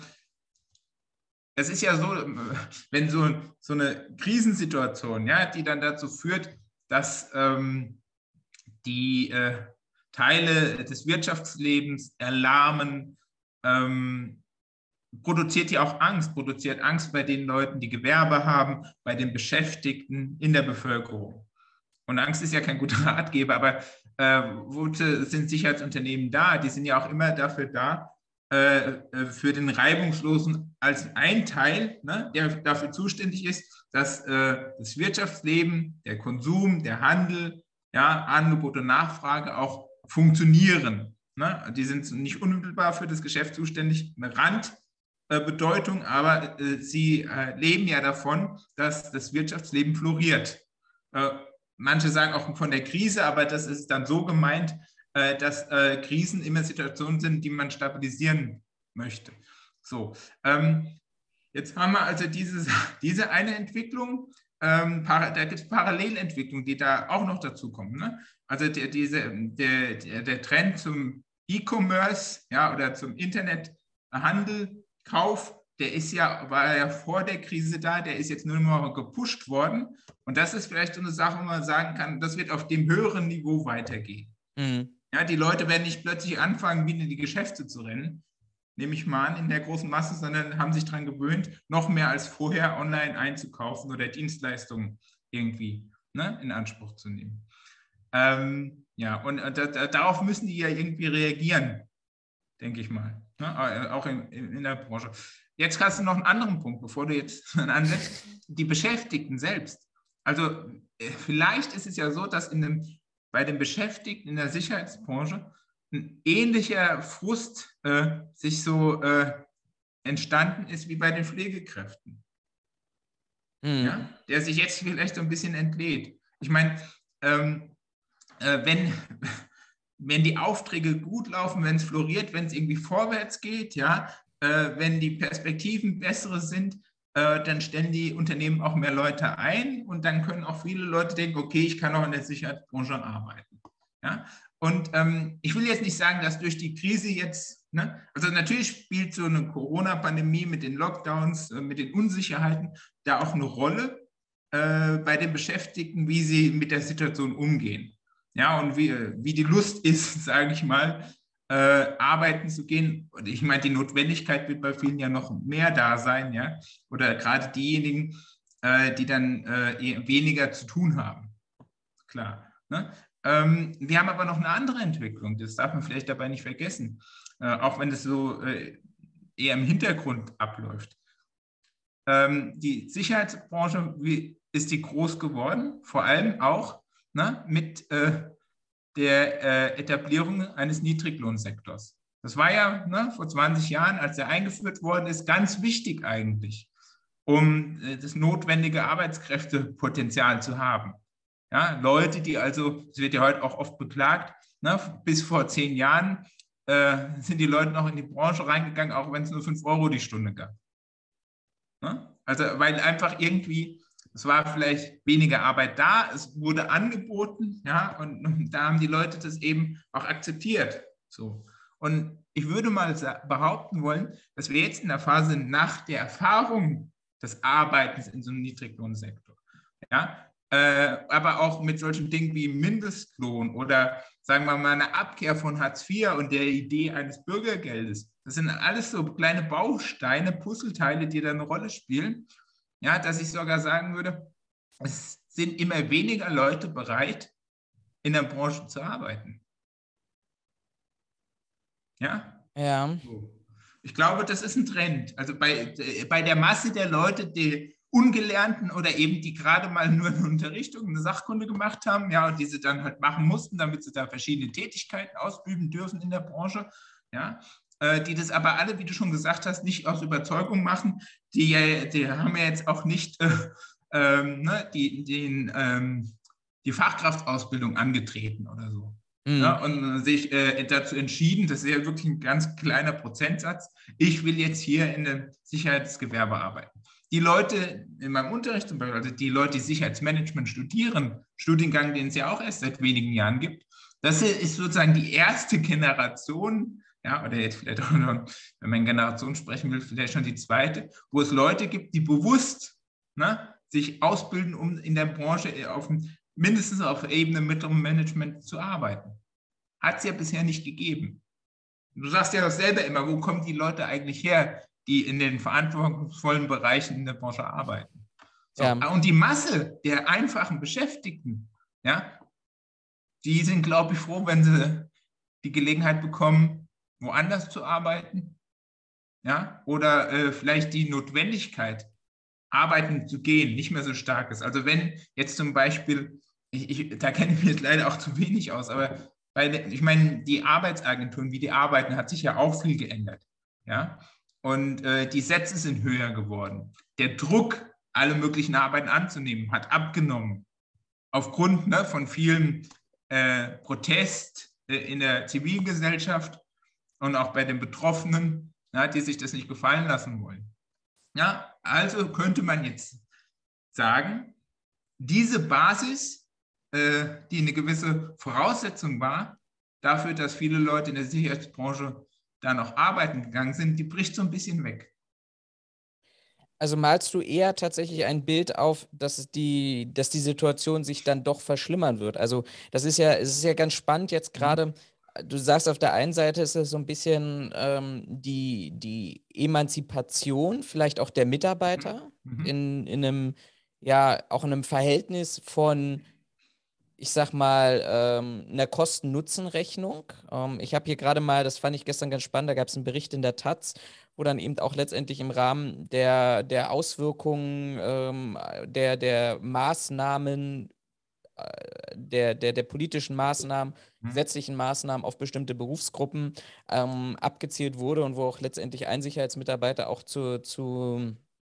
es ist ja so, wenn so, so eine Krisensituation, ja, die dann dazu führt, dass ähm, die äh, Teile des Wirtschaftslebens erlahmen, ähm, produziert ja auch Angst, produziert Angst bei den Leuten, die Gewerbe haben, bei den Beschäftigten in der Bevölkerung. Und Angst ist ja kein guter Ratgeber, aber äh, wozu sind Sicherheitsunternehmen da? Die sind ja auch immer dafür da, äh, für den Reibungslosen als ein Teil, ne, der dafür zuständig ist, dass äh, das Wirtschaftsleben, der Konsum, der Handel, ja, Angebot und Nachfrage auch funktionieren. Ne? Die sind nicht unmittelbar für das Geschäft zuständig, eine Randbedeutung, äh, aber äh, sie äh, leben ja davon, dass das Wirtschaftsleben floriert. Äh, manche sagen auch von der Krise, aber das ist dann so gemeint, äh, dass äh, Krisen immer Situationen sind, die man stabilisieren möchte. So, ähm, jetzt haben wir also dieses, diese eine Entwicklung. Ähm, da gibt es Parallelentwicklungen, die da auch noch dazu kommen. Ne? Also der, diese, der, der Trend zum E-Commerce, ja, oder zum Internethandel, Kauf, der ist ja, war ja vor der Krise da, der ist jetzt nur noch gepusht worden. Und das ist vielleicht so eine Sache, wo man sagen kann, das wird auf dem höheren Niveau weitergehen. Mhm. Ja, die Leute werden nicht plötzlich anfangen, wieder in die Geschäfte zu rennen, nehme ich mal an, in der großen Masse, sondern haben sich daran gewöhnt, noch mehr als vorher online einzukaufen oder Dienstleistungen irgendwie, ne, in Anspruch zu nehmen. Ähm, ja, und da, da, darauf müssen die ja irgendwie reagieren, denke ich mal, ne, auch in, in der Branche. Jetzt hast du noch einen anderen Punkt, bevor du jetzt ansetzt, die Beschäftigten selbst. Also vielleicht ist es ja so, dass in dem, bei den Beschäftigten in der Sicherheitsbranche ein ähnlicher Frust äh, sich so äh, entstanden ist wie bei den Pflegekräften. Mhm. Ja? Der sich jetzt vielleicht so ein bisschen entlädt. Ich meine, ähm, äh, wenn, wenn die Aufträge gut laufen, wenn es floriert, wenn es irgendwie vorwärts geht, ja, äh, wenn die Perspektiven bessere sind, äh, dann stellen die Unternehmen auch mehr Leute ein und dann können auch viele Leute denken, okay, ich kann auch in der Sicherheitsbranche arbeiten. Ja? Und ähm, ich will jetzt nicht sagen, dass durch die Krise jetzt, ne, also natürlich spielt so eine Corona-Pandemie mit den Lockdowns, äh, mit den Unsicherheiten da auch eine Rolle äh, bei den Beschäftigten, wie sie mit der Situation umgehen. Ja, und wie, wie die Lust ist, sage ich mal, äh, arbeiten zu gehen. Und ich meine, die Notwendigkeit wird bei vielen ja noch mehr da sein, ja, oder gerade diejenigen, äh, die dann äh, weniger zu tun haben. Klar, ne? Ähm, wir haben aber noch eine andere Entwicklung, das darf man vielleicht dabei nicht vergessen, äh, auch wenn es so äh, eher im Hintergrund abläuft. Ähm, die Sicherheitsbranche, wie ist die groß geworden, vor allem auch, ne, mit äh, der äh, Etablierung eines Niedriglohnsektors. Das war ja, ne, vor zwanzig Jahren, als er eingeführt worden ist, ganz wichtig eigentlich, um äh, das notwendige Arbeitskräftepotenzial zu haben. Ja, Leute, die also, es wird ja heute auch oft beklagt, Ne? Bis vor zehn Jahren äh, sind die Leute noch in die Branche reingegangen, auch wenn es nur fünf Euro die Stunde gab. Ne? Also weil einfach irgendwie, es war vielleicht weniger Arbeit da, es wurde angeboten, ja, und, und da haben die Leute das eben auch akzeptiert. So. Und ich würde mal behaupten wollen, dass wir jetzt in der Phase sind, nach der Erfahrung des Arbeitens in so einem Niedriglohnsektor, ja, äh, aber auch mit solchen Dingen wie Mindestlohn oder sagen wir mal eine Abkehr von Hartz vier und der Idee eines Bürgergeldes. Das sind alles so kleine Bausteine, Puzzleteile, die da eine Rolle spielen. Ja, dass ich sogar sagen würde, es sind immer weniger Leute bereit, in der Branche zu arbeiten. Ja? Ja. Ich glaube, das ist ein Trend. Also bei, bei der Masse der Leute, die Ungelernten oder eben die gerade mal nur eine Unterrichtung, eine Sachkunde gemacht haben, ja, und die sie dann halt machen mussten, damit sie da verschiedene Tätigkeiten ausüben dürfen in der Branche, ja, äh, die das aber alle, wie du schon gesagt hast, nicht aus Überzeugung machen, die, die haben ja jetzt auch nicht äh, ähm, ne, die, den, ähm, die Fachkraftausbildung angetreten oder so. Mhm. Ja, und sich äh, dazu entschieden, das ist ja wirklich ein ganz kleiner Prozentsatz, ich will jetzt hier in dem Sicherheitsgewerbe arbeiten. Die Leute in meinem Unterricht zum Beispiel, also die Leute, die Sicherheitsmanagement studieren, Studiengang, den es ja auch erst seit wenigen Jahren gibt, das ist sozusagen die erste Generation, ja, oder jetzt vielleicht auch noch, wenn man Generation sprechen will, vielleicht schon die zweite, wo es Leute gibt, die bewusst, ne, sich ausbilden, um in der Branche auf mindestens auf Ebene mittlerem Management zu arbeiten. Hat es ja bisher nicht gegeben. Du sagst ja doch selber immer, wo kommen die Leute eigentlich her, die in den verantwortungsvollen Bereichen in der Branche arbeiten. So. Ja. Und die Masse der einfachen Beschäftigten, ja, die sind, glaube ich, froh, wenn sie die Gelegenheit bekommen, woanders zu arbeiten, ja, oder äh, vielleicht die Notwendigkeit, arbeiten zu gehen, nicht mehr so stark ist. Also wenn jetzt zum Beispiel, ich, ich, da kenne ich mich jetzt leider auch zu wenig aus, aber weil, ich meine, die Arbeitsagenturen, wie die arbeiten, hat sich ja auch viel geändert. Ja? Und äh, die Sätze sind höher geworden. Der Druck, alle möglichen Arbeiten anzunehmen, hat abgenommen. Aufgrund ne, von vielen äh, Protest äh, in der Zivilgesellschaft und auch bei den Betroffenen, ja, die sich das nicht gefallen lassen wollen. Ja, also könnte man jetzt sagen, diese Basis, äh, die eine gewisse Voraussetzung war dafür, dass viele Leute in der Sicherheitsbranche da noch arbeiten gegangen sind, die bricht so ein bisschen weg. Also malst du eher tatsächlich ein Bild auf, dass die, dass die Situation sich dann doch verschlimmern wird? Also das ist ja, es ist ja ganz spannend jetzt gerade. Mhm. Du sagst, auf der einen Seite ist es so ein bisschen ähm, die, die Emanzipation vielleicht auch der Mitarbeiter mhm. in, in einem, ja, auch in einem Verhältnis von, ich sag mal, ähm, einer Kosten-Nutzen-Rechnung. Ähm, ich habe hier gerade mal, das fand ich gestern ganz spannend, da gab es einen Bericht in der Taz, wo dann eben auch letztendlich im Rahmen der, der Auswirkungen ähm, der, der Maßnahmen, äh, der, der, der politischen Maßnahmen, mhm. gesetzlichen Maßnahmen auf bestimmte Berufsgruppen ähm, abgezielt wurde und wo auch letztendlich ein Sicherheitsmitarbeiter auch zu, zu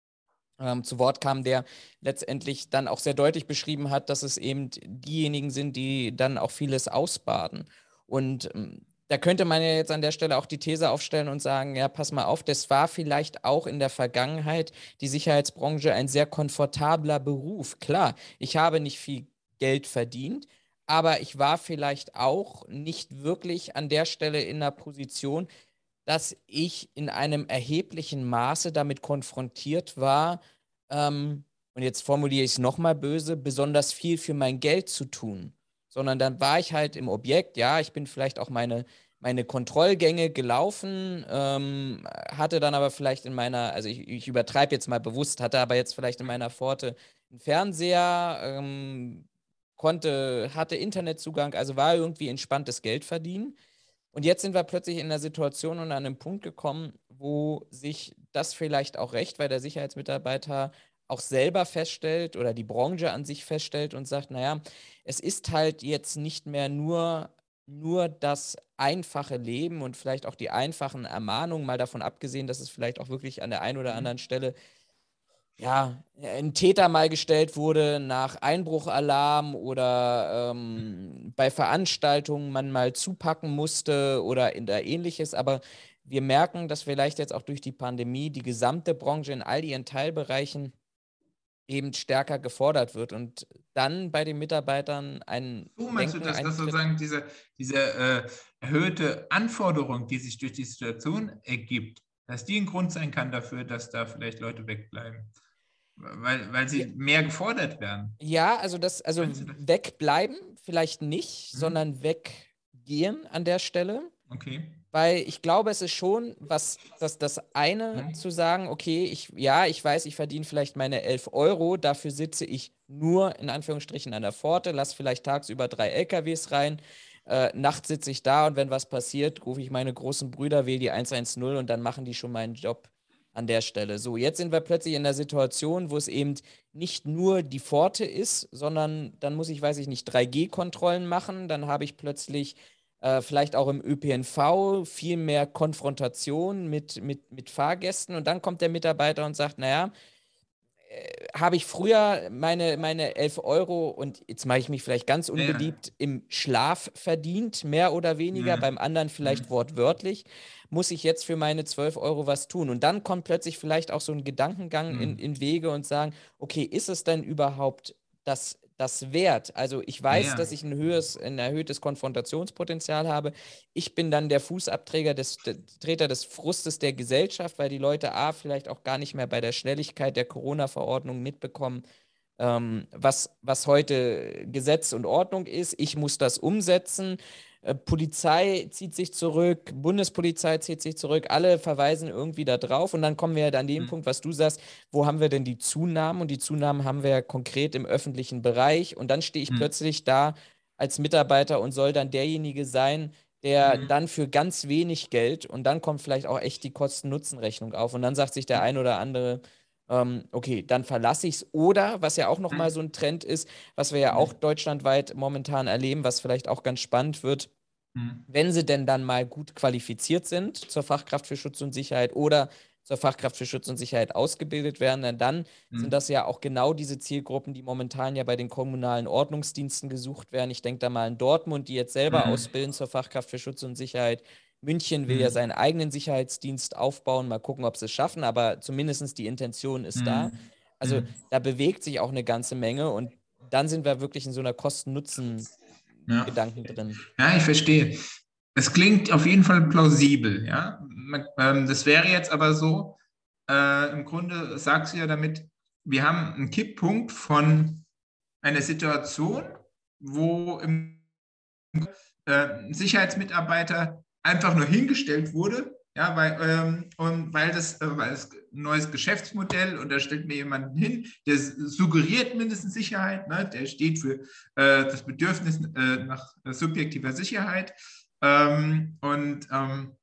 Ähm, zu Wort kam, der letztendlich dann auch sehr deutlich beschrieben hat, dass es eben diejenigen sind, die dann auch vieles ausbaden. Und ähm, da könnte man ja jetzt an der Stelle auch die These aufstellen und sagen, ja, pass mal auf, das war vielleicht auch in der Vergangenheit die Sicherheitsbranche ein sehr komfortabler Beruf. Klar, ich habe nicht viel Geld verdient, aber ich war vielleicht auch nicht wirklich an der Stelle in einer Position, dass ich in einem erheblichen Maße damit konfrontiert war, ähm, und jetzt formuliere ich es nochmal böse, besonders viel für mein Geld zu tun. Sondern dann war ich halt im Objekt, ja, ich bin vielleicht auch meine, meine Kontrollgänge gelaufen, ähm, hatte dann aber vielleicht in meiner, also ich, ich übertreibe jetzt mal bewusst, hatte aber jetzt vielleicht in meiner Pforte einen Fernseher, ähm, konnte, hatte Internetzugang, also war irgendwie entspanntes Geld verdienen. Und jetzt sind wir plötzlich in einer Situation und an einem Punkt gekommen, wo sich das vielleicht auch recht, weil der Sicherheitsmitarbeiter auch selber feststellt oder die Branche an sich feststellt und sagt, naja, es ist halt jetzt nicht mehr nur, nur das einfache Leben und vielleicht auch die einfachen Ermahnungen, mal davon abgesehen, dass es vielleicht auch wirklich an der einen oder anderen Stelle ja, ein Täter mal gestellt wurde nach Einbruchalarm oder ähm, bei Veranstaltungen man mal zupacken musste oder in der ähnliches. Aber wir merken, dass vielleicht jetzt auch durch die Pandemie die gesamte Branche in all ihren Teilbereichen eben stärker gefordert wird und dann bei den Mitarbeitern ein So meinst du, Denken dass das eintritt. sozusagen diese, diese äh, erhöhte Anforderung, die sich durch die Situation ergibt, dass die ein Grund sein kann dafür, dass da vielleicht Leute wegbleiben? Weil, weil Ja, sie mehr gefordert werden. ja, also das, also Meinst du das? wegbleiben vielleicht nicht, Hm? sondern weggehen an der Stelle. Okay. Weil ich glaube, es ist schon was, das, das eine Hm? zu sagen, okay, ich, ja, ich weiß, ich verdiene vielleicht meine elf Euro, dafür sitze ich nur in Anführungsstrichen an der Pforte, lasse vielleicht tagsüber drei L K Ws rein, äh, nachts sitze ich da und wenn was passiert, rufe ich meine großen Brüder, wähle die eins eins null und dann machen die schon meinen Job an der Stelle. So, jetzt sind wir plötzlich in der Situation, wo es eben nicht nur die Pforte ist, sondern dann muss ich, weiß ich nicht, drei G Kontrollen machen, dann habe ich plötzlich äh, vielleicht auch im Ö P N V viel mehr Konfrontation mit, mit, mit Fahrgästen und dann kommt der Mitarbeiter und sagt, naja, äh, habe ich früher meine, meine elf Euro und jetzt mache ich mich vielleicht ganz Ja, ja. unbeliebt im Schlaf verdient, mehr oder weniger, Ja. beim anderen vielleicht Hm? wortwörtlich, muss ich jetzt für meine zwölf Euro was tun. Und dann kommt plötzlich vielleicht auch so ein Gedankengang in, Hm. in Wege und sagen, okay, ist es denn überhaupt das, das wert? Also ich Ja, weiß, dass ja. ich ein höheres, ein erhöhtes Konfrontationspotenzial habe. Ich bin dann der Fußabträger des, der Träger des Frustes der Gesellschaft, weil die Leute A, vielleicht auch gar nicht mehr bei der Schnelligkeit der Corona-Verordnung mitbekommen, ähm, was, was heute Gesetz und Ordnung ist. Ich muss das umsetzen. Äh, Polizei zieht sich zurück, Bundespolizei zieht sich zurück, alle verweisen irgendwie da drauf. Und dann kommen wir ja an den Hm. Punkt, was du sagst, wo haben wir denn die Zunahmen? Und die Zunahmen haben wir ja konkret im öffentlichen Bereich. Und dann stehe ich Hm. plötzlich da als Mitarbeiter und soll dann derjenige sein, der Hm. dann für ganz wenig Geld und dann kommt vielleicht auch echt die Kosten-Nutzen-Rechnung auf. Und dann sagt sich der ein oder andere, ähm, okay, dann verlasse ich es. Oder, was ja auch nochmal Hm. so ein Trend ist, was wir ja auch Hm. deutschlandweit momentan erleben, was vielleicht auch ganz spannend wird, Hm. wenn sie denn dann mal gut qualifiziert sind zur Fachkraft für Schutz und Sicherheit oder zur Fachkraft für Schutz und Sicherheit ausgebildet werden, denn dann sind Hm. das ja auch genau diese Zielgruppen, die momentan ja bei den kommunalen Ordnungsdiensten gesucht werden. Ich denke da mal an Dortmund, die jetzt selber Hm. ausbilden zur Fachkraft für Schutz und Sicherheit. München will ja Hm. seinen eigenen Sicherheitsdienst aufbauen, mal gucken, ob sie es schaffen, aber zumindest die Intention ist da. Hm. Also Hm. da bewegt sich auch eine ganze Menge und dann sind wir wirklich in so einer Ja. Kosten-Nutzen-Gedanken drin. Ja, ich verstehe. Es klingt auf jeden Fall plausibel, ja. Man- ähm, Das wäre jetzt aber so, äh, im Grunde sagst du ja damit, wir haben einen Kipppunkt von einer Situation, wo im äh, ein Sicherheitsmitarbeiter einfach nur hingestellt wurde, ja, weil, ähm, und weil das, äh, weil es ein neues Geschäftsmodell und da stellt mir jemanden hin, der suggeriert mindestens Sicherheit, ne, der steht für äh, das Bedürfnis äh, nach subjektiver Sicherheit ähm, und ähm,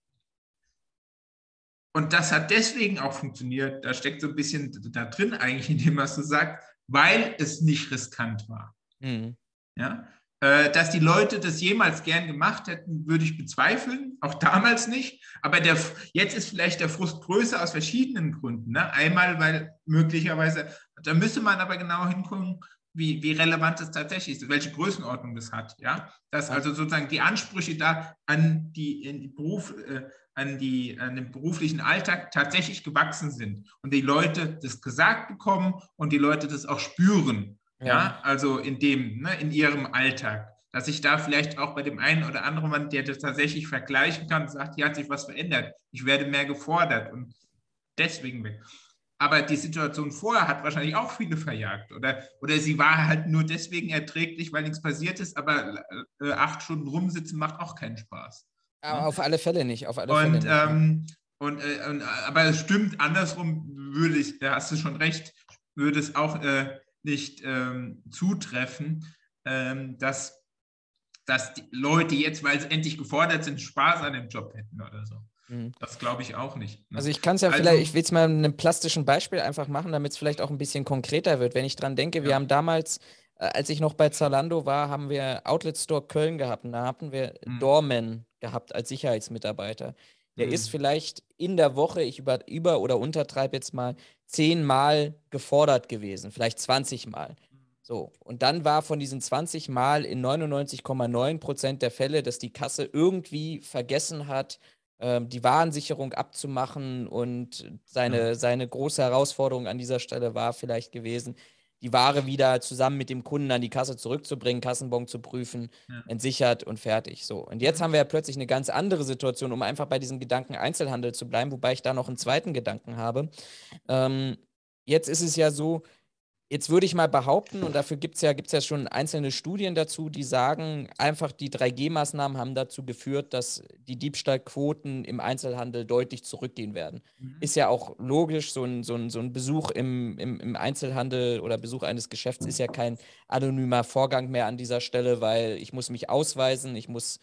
und das hat deswegen auch funktioniert, da steckt so ein bisschen da drin eigentlich in dem, was du sagst, weil es nicht riskant war. Mhm. Ja? Äh, dass die Leute das jemals gern gemacht hätten, würde ich bezweifeln, auch damals nicht. Aber der, jetzt ist vielleicht der Frust größer aus verschiedenen Gründen. Ne? Einmal, weil möglicherweise, da müsste man aber genau hingucken, wie, wie relevant das tatsächlich ist, welche Größenordnung das hat. Ja? Dass Ja. also sozusagen die Ansprüche da an, die, in die Beruf, äh, an, die, an den beruflichen Alltag tatsächlich gewachsen sind und die Leute das gesagt bekommen und die Leute das auch spüren. Ja. Ja, also in dem, ne, in ihrem Alltag, dass ich da vielleicht auch bei dem einen oder anderen Mann, der das tatsächlich vergleichen kann, sagt, hier hat sich was verändert, ich werde mehr gefordert und deswegen weg. Aber die Situation vorher hat wahrscheinlich auch viele verjagt oder, oder sie war halt nur deswegen erträglich, weil nichts passiert ist, aber äh, acht Stunden rumsitzen macht auch keinen Spaß. Aber Ne? auf alle Fälle nicht, auf alle Fälle Und, nicht. Ja. ähm, und, äh, und aber es stimmt, andersrum würde ich, da hast du schon recht, würde es auch äh, nicht ähm, zutreffen, ähm, dass, dass die Leute jetzt, weil sie endlich gefordert sind, Spaß an dem Job hätten oder so. Mhm. Das glaube ich auch nicht. Ne? Also ich kann es ja Also, vielleicht, ich will es mal mit einem plastischen Beispiel einfach machen, damit es vielleicht auch ein bisschen konkreter wird. Wenn ich dran denke, wir ja. haben damals, äh, als ich noch bei Zalando war, haben wir Outlet Store Köln gehabt und da hatten wir Hm. Doorman gehabt als Sicherheitsmitarbeiter. der ist vielleicht in der Woche, ich über, über oder untertreibe jetzt mal, zehnmal gefordert gewesen, vielleicht zwanzig Mal. So, und dann war von diesen zwanzig Mal in neunundneunzig Komma neun Prozent der Fälle, dass die Kasse irgendwie vergessen hat, ähm, die Warensicherung abzumachen, und seine, Ja. seine große Herausforderung an dieser Stelle war vielleicht gewesen, die Ware wieder zusammen mit dem Kunden an die Kasse zurückzubringen, Kassenbon zu prüfen, Ja. entsichert und fertig. So. Und jetzt haben wir ja plötzlich eine ganz andere Situation, um einfach bei diesem Gedanken Einzelhandel zu bleiben, wobei ich da noch einen zweiten Gedanken habe. Ähm, Jetzt ist es ja so, jetzt würde ich mal behaupten, und dafür gibt es ja, gibt's ja schon einzelne Studien dazu, die sagen, einfach die drei G Maßnahmen haben dazu geführt, dass die Diebstahlquoten im Einzelhandel deutlich zurückgehen werden. Mhm. Ist ja auch logisch, so ein, so ein, so ein Besuch im, im, im Einzelhandel oder Besuch eines Geschäfts ist ja kein anonymer Vorgang mehr an dieser Stelle, weil ich muss mich ausweisen, ich muss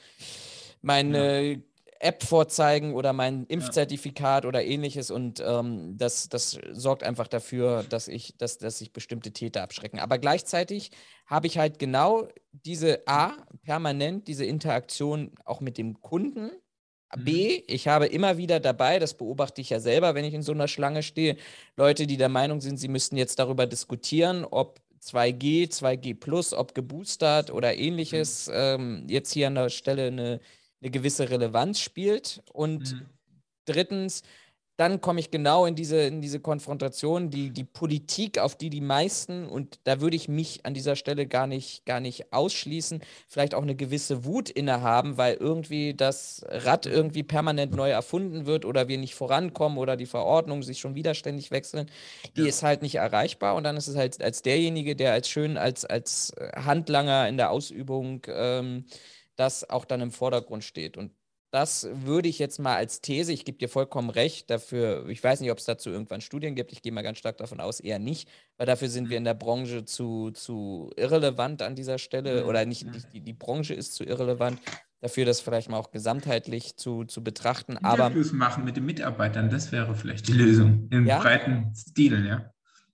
Ja. meine App vorzeigen oder mein Ja. Impfzertifikat oder ähnliches, und ähm, das, das sorgt einfach dafür, dass ich, dass, dass sich bestimmte Täter abschrecken. Aber gleichzeitig habe ich halt genau diese A, permanent diese Interaktion auch mit dem Kunden. Mhm. B, ich habe immer wieder dabei, das beobachte ich ja selber, wenn ich in so einer Schlange stehe, Leute, die der Meinung sind, sie müssten jetzt darüber diskutieren, ob zwei G, zwei G plus, ob geboostert oder Mhm. ähnliches, ähm, jetzt hier an der Stelle eine eine gewisse Relevanz spielt. Und Mhm. drittens, dann komme ich genau in diese, in diese Konfrontation, die, die Politik, auf die die meisten, und da würde ich mich an dieser Stelle gar nicht, gar nicht ausschließen, vielleicht auch eine gewisse Wut innehaben, weil irgendwie das Rad irgendwie permanent neu erfunden wird oder wir nicht vorankommen oder die Verordnungen sich schon wieder ständig wechseln, die Ja. ist halt nicht erreichbar, und dann ist es halt als derjenige, der als schön als, als Handlanger in der Ausübung ähm, das auch dann im Vordergrund steht. Und das würde ich jetzt mal als These, ich gebe dir vollkommen recht, dafür, ich weiß nicht, ob es dazu irgendwann Studien gibt, ich gehe mal ganz stark davon aus, eher nicht, weil dafür sind wir in der Branche zu, zu irrelevant an dieser Stelle, oder Mhm. nicht, nicht die, die Branche ist zu irrelevant, dafür das vielleicht mal auch gesamtheitlich zu, zu betrachten. Aber Interviews machen mit den Mitarbeitern, das wäre vielleicht die Lösung im ja, breiten Stil, ja.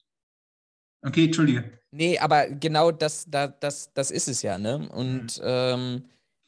Okay, Entschuldige. nee, aber genau das, da, das, das ist es ja, ne? Mhm. Und ähm,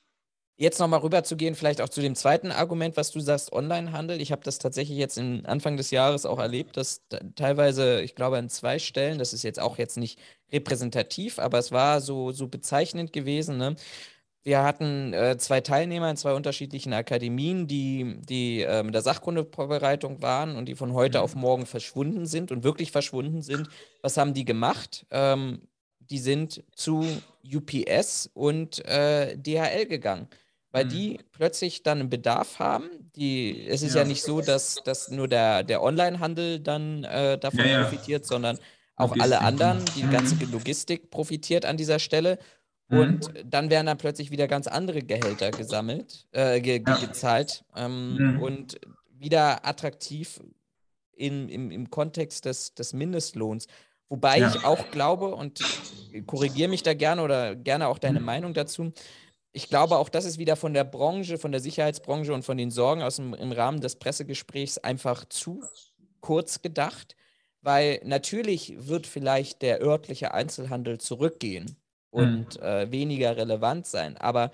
jetzt nochmal rüber zu gehen, vielleicht auch zu dem zweiten Argument, was du sagst, Onlinehandel. Ich habe das tatsächlich jetzt im Anfang des Jahres auch erlebt, dass da teilweise, ich glaube, an zwei Stellen, das ist jetzt auch jetzt nicht repräsentativ, aber es war so, so bezeichnend gewesen, ne? Wir hatten äh, zwei Teilnehmer in zwei unterschiedlichen Akademien, die, die ähm, in der Sachkundevorbereitung waren und die von heute auf Mhm. morgen verschwunden sind und wirklich verschwunden sind. Was haben die gemacht? Ähm, die sind zu U P S und äh, D H L gegangen, weil Mhm. die plötzlich dann einen Bedarf haben. Die, es ist ja Ja. nicht so, dass, dass nur der, der Onlinehandel dann äh, Ja, davon ja. profitiert, sondern auch alle Logistik. anderen. Die ganze Mhm. Logistik profitiert an dieser Stelle. Und Mhm. dann werden dann plötzlich wieder ganz andere Gehälter gesammelt, äh, ge ge Ja. gezahlt, ähm, Mhm. und wieder attraktiv in, im, im Kontext des, des Mindestlohns. Wobei Ja. ich auch glaube, und korrigiere mich da gerne oder gerne auch deine Mhm. Meinung dazu, ich glaube auch, das ist wieder von der Branche, von der Sicherheitsbranche und von den Sorgen aus dem, im Rahmen des Pressegesprächs einfach zu kurz gedacht, weil natürlich wird vielleicht der örtliche Einzelhandel zurückgehen Mhm. und äh, weniger relevant sein, aber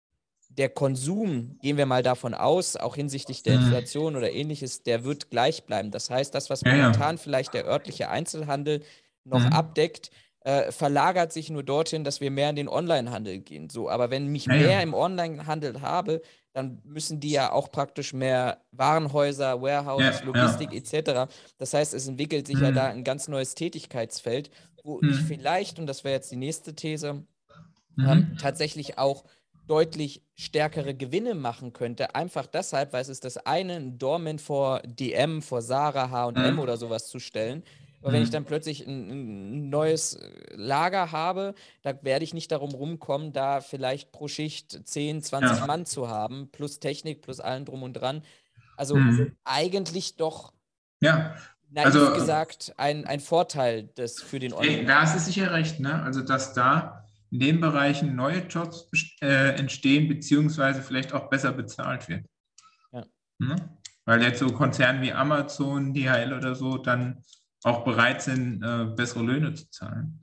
der Konsum, gehen wir mal davon aus, auch hinsichtlich der Mhm. Inflation oder ähnliches, der wird gleich bleiben. Das heißt, das, was Ja, ja. momentan vielleicht der örtliche Einzelhandel noch Mhm. abdeckt, äh, verlagert sich nur dorthin, dass wir mehr in den Onlinehandel gehen. So, aber wenn ich Ja, mehr ja. im Onlinehandel habe, dann müssen die ja auch praktisch mehr Warenhäuser, Warehouses, Ja, ja. Logistik et cetera. Das heißt, es entwickelt sich ja da Mhm. ein ganz neues Tätigkeitsfeld, wo ich Mhm. vielleicht, und das wäre jetzt die nächste These, ähm, Mhm. tatsächlich auch deutlich stärkere Gewinne machen könnte. Einfach deshalb, weil es ist das eine, ein Dormant vor D M, vor Zara, H und M Mhm. oder sowas zu stellen. Aber wenn ich dann Mhm. plötzlich ein, ein neues Lager habe, da werde ich nicht darum rumkommen, da vielleicht pro Schicht zehn, zwanzig Ja. Mann zu haben, plus Technik, plus allen drum und dran. Also Mhm. eigentlich doch Ja. naiv Also, gesagt ein, ein Vorteil des, für den eh, da hast du Onlinehandel. sicher recht, ne? Also, dass da in den Bereichen neue Jobs äh, entstehen, beziehungsweise vielleicht auch besser bezahlt wird. Ja, Ne? Weil jetzt so Konzerne wie Amazon, D H L oder so dann auch bereit sind, äh, bessere Löhne zu zahlen.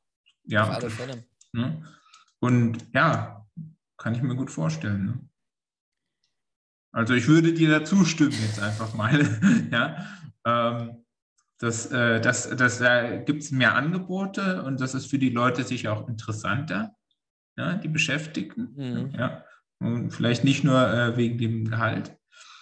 auf Ja, alle Fälle. ne? Und ja, kann ich mir gut vorstellen. Ne? Also ich würde dir dazu stimmen jetzt einfach mal. ja, ähm, das, äh, das, das, da gibt es mehr Angebote und das ist für die Leute sicher auch interessanter, ja, die Beschäftigten. Mhm. Ja, und vielleicht nicht nur äh, wegen dem Gehalt.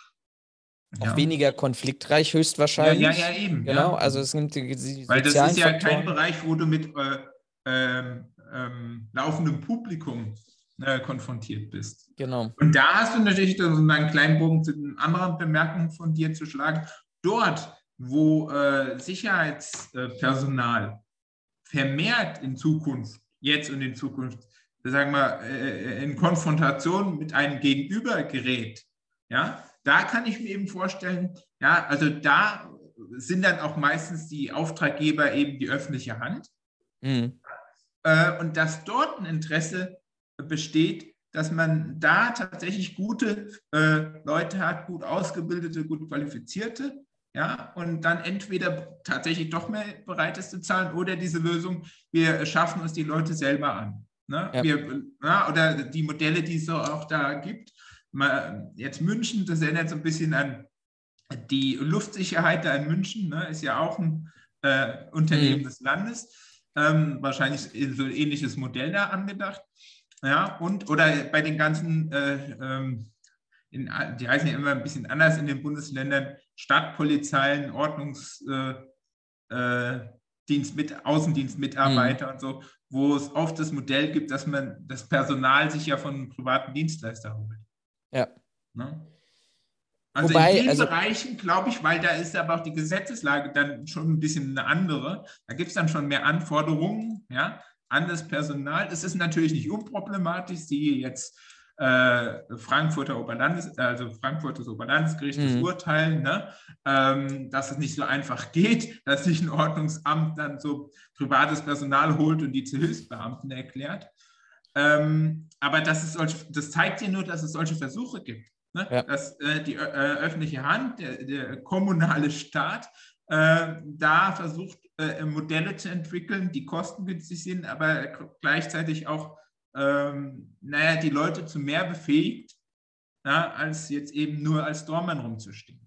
Auch Ja. weniger konfliktreich Ja, höchstwahrscheinlich. ja, ja, eben. Genau, Ja. also es nimmt die, die Weil das sozialen ist ja kein Faktoren. Bereich, wo du mit äh, ähm, ähm, laufendem Publikum äh, konfrontiert bist. Genau. Und da hast du natürlich, um einen kleinen Bogen zu den anderen Bemerkungen von dir zu schlagen, dort, wo äh, Sicherheitspersonal vermehrt in Zukunft, jetzt und in Zukunft, sagen wir, äh, in Konfrontation mit einem Gegenüber gerät, ja, da kann ich mir eben vorstellen, ja, also da sind dann auch meistens die Auftraggeber eben die öffentliche Hand. Mhm. Äh, und dass dort ein Interesse besteht, dass man da tatsächlich gute äh, Leute hat, gut ausgebildete, gut qualifizierte, ja, und dann entweder tatsächlich doch mehr bereit ist zu zahlen oder diese Lösung, wir schaffen uns die Leute selber an. Ne? Ja. Wir, ja, oder die Modelle, die es auch da gibt. Mal, jetzt München, das erinnert so ein bisschen an die Luftsicherheit da in München, ne, ist ja auch ein äh, Unternehmen mhm. des Landes. Ähm, wahrscheinlich so ein ähnliches Modell da angedacht. Ja, und oder bei den ganzen, äh, ähm, in, die heißen ja immer ein bisschen anders in den Bundesländern, Stadtpolizeien, Ordnungsdienst äh, mit Außendienstmitarbeiter mhm. und so, wo es oft das Modell gibt, dass man das Personal sich ja von einem privaten Dienstleister holt. Ja. Ne? Also Wobei, in den also, Bereichen, glaube ich, weil da ist aber auch die Gesetzeslage dann schon ein bisschen eine andere. Da gibt es dann schon mehr Anforderungen, ja, an das Personal. Es ist natürlich nicht unproblematisch, siehe jetzt äh, Frankfurter Oberlandes, also Frankfurter Oberlandesgerichtes mhm. Urteil, ne, ähm, dass es nicht so einfach geht, dass sich ein Ordnungsamt dann so privates Personal holt und die zu Hilfsbeamten erklärt. Ähm, aber das, ist solch, das zeigt dir nur, dass es solche Versuche gibt. Ne? Ja. Dass äh, die äh, öffentliche Hand, der, der kommunale Staat, äh, da versucht, äh, Modelle zu entwickeln, die kostengünstig sind, aber gleichzeitig auch ähm, naja, die Leute zu mehr befähigt, ja, als jetzt eben nur als Dormann rumzustehen.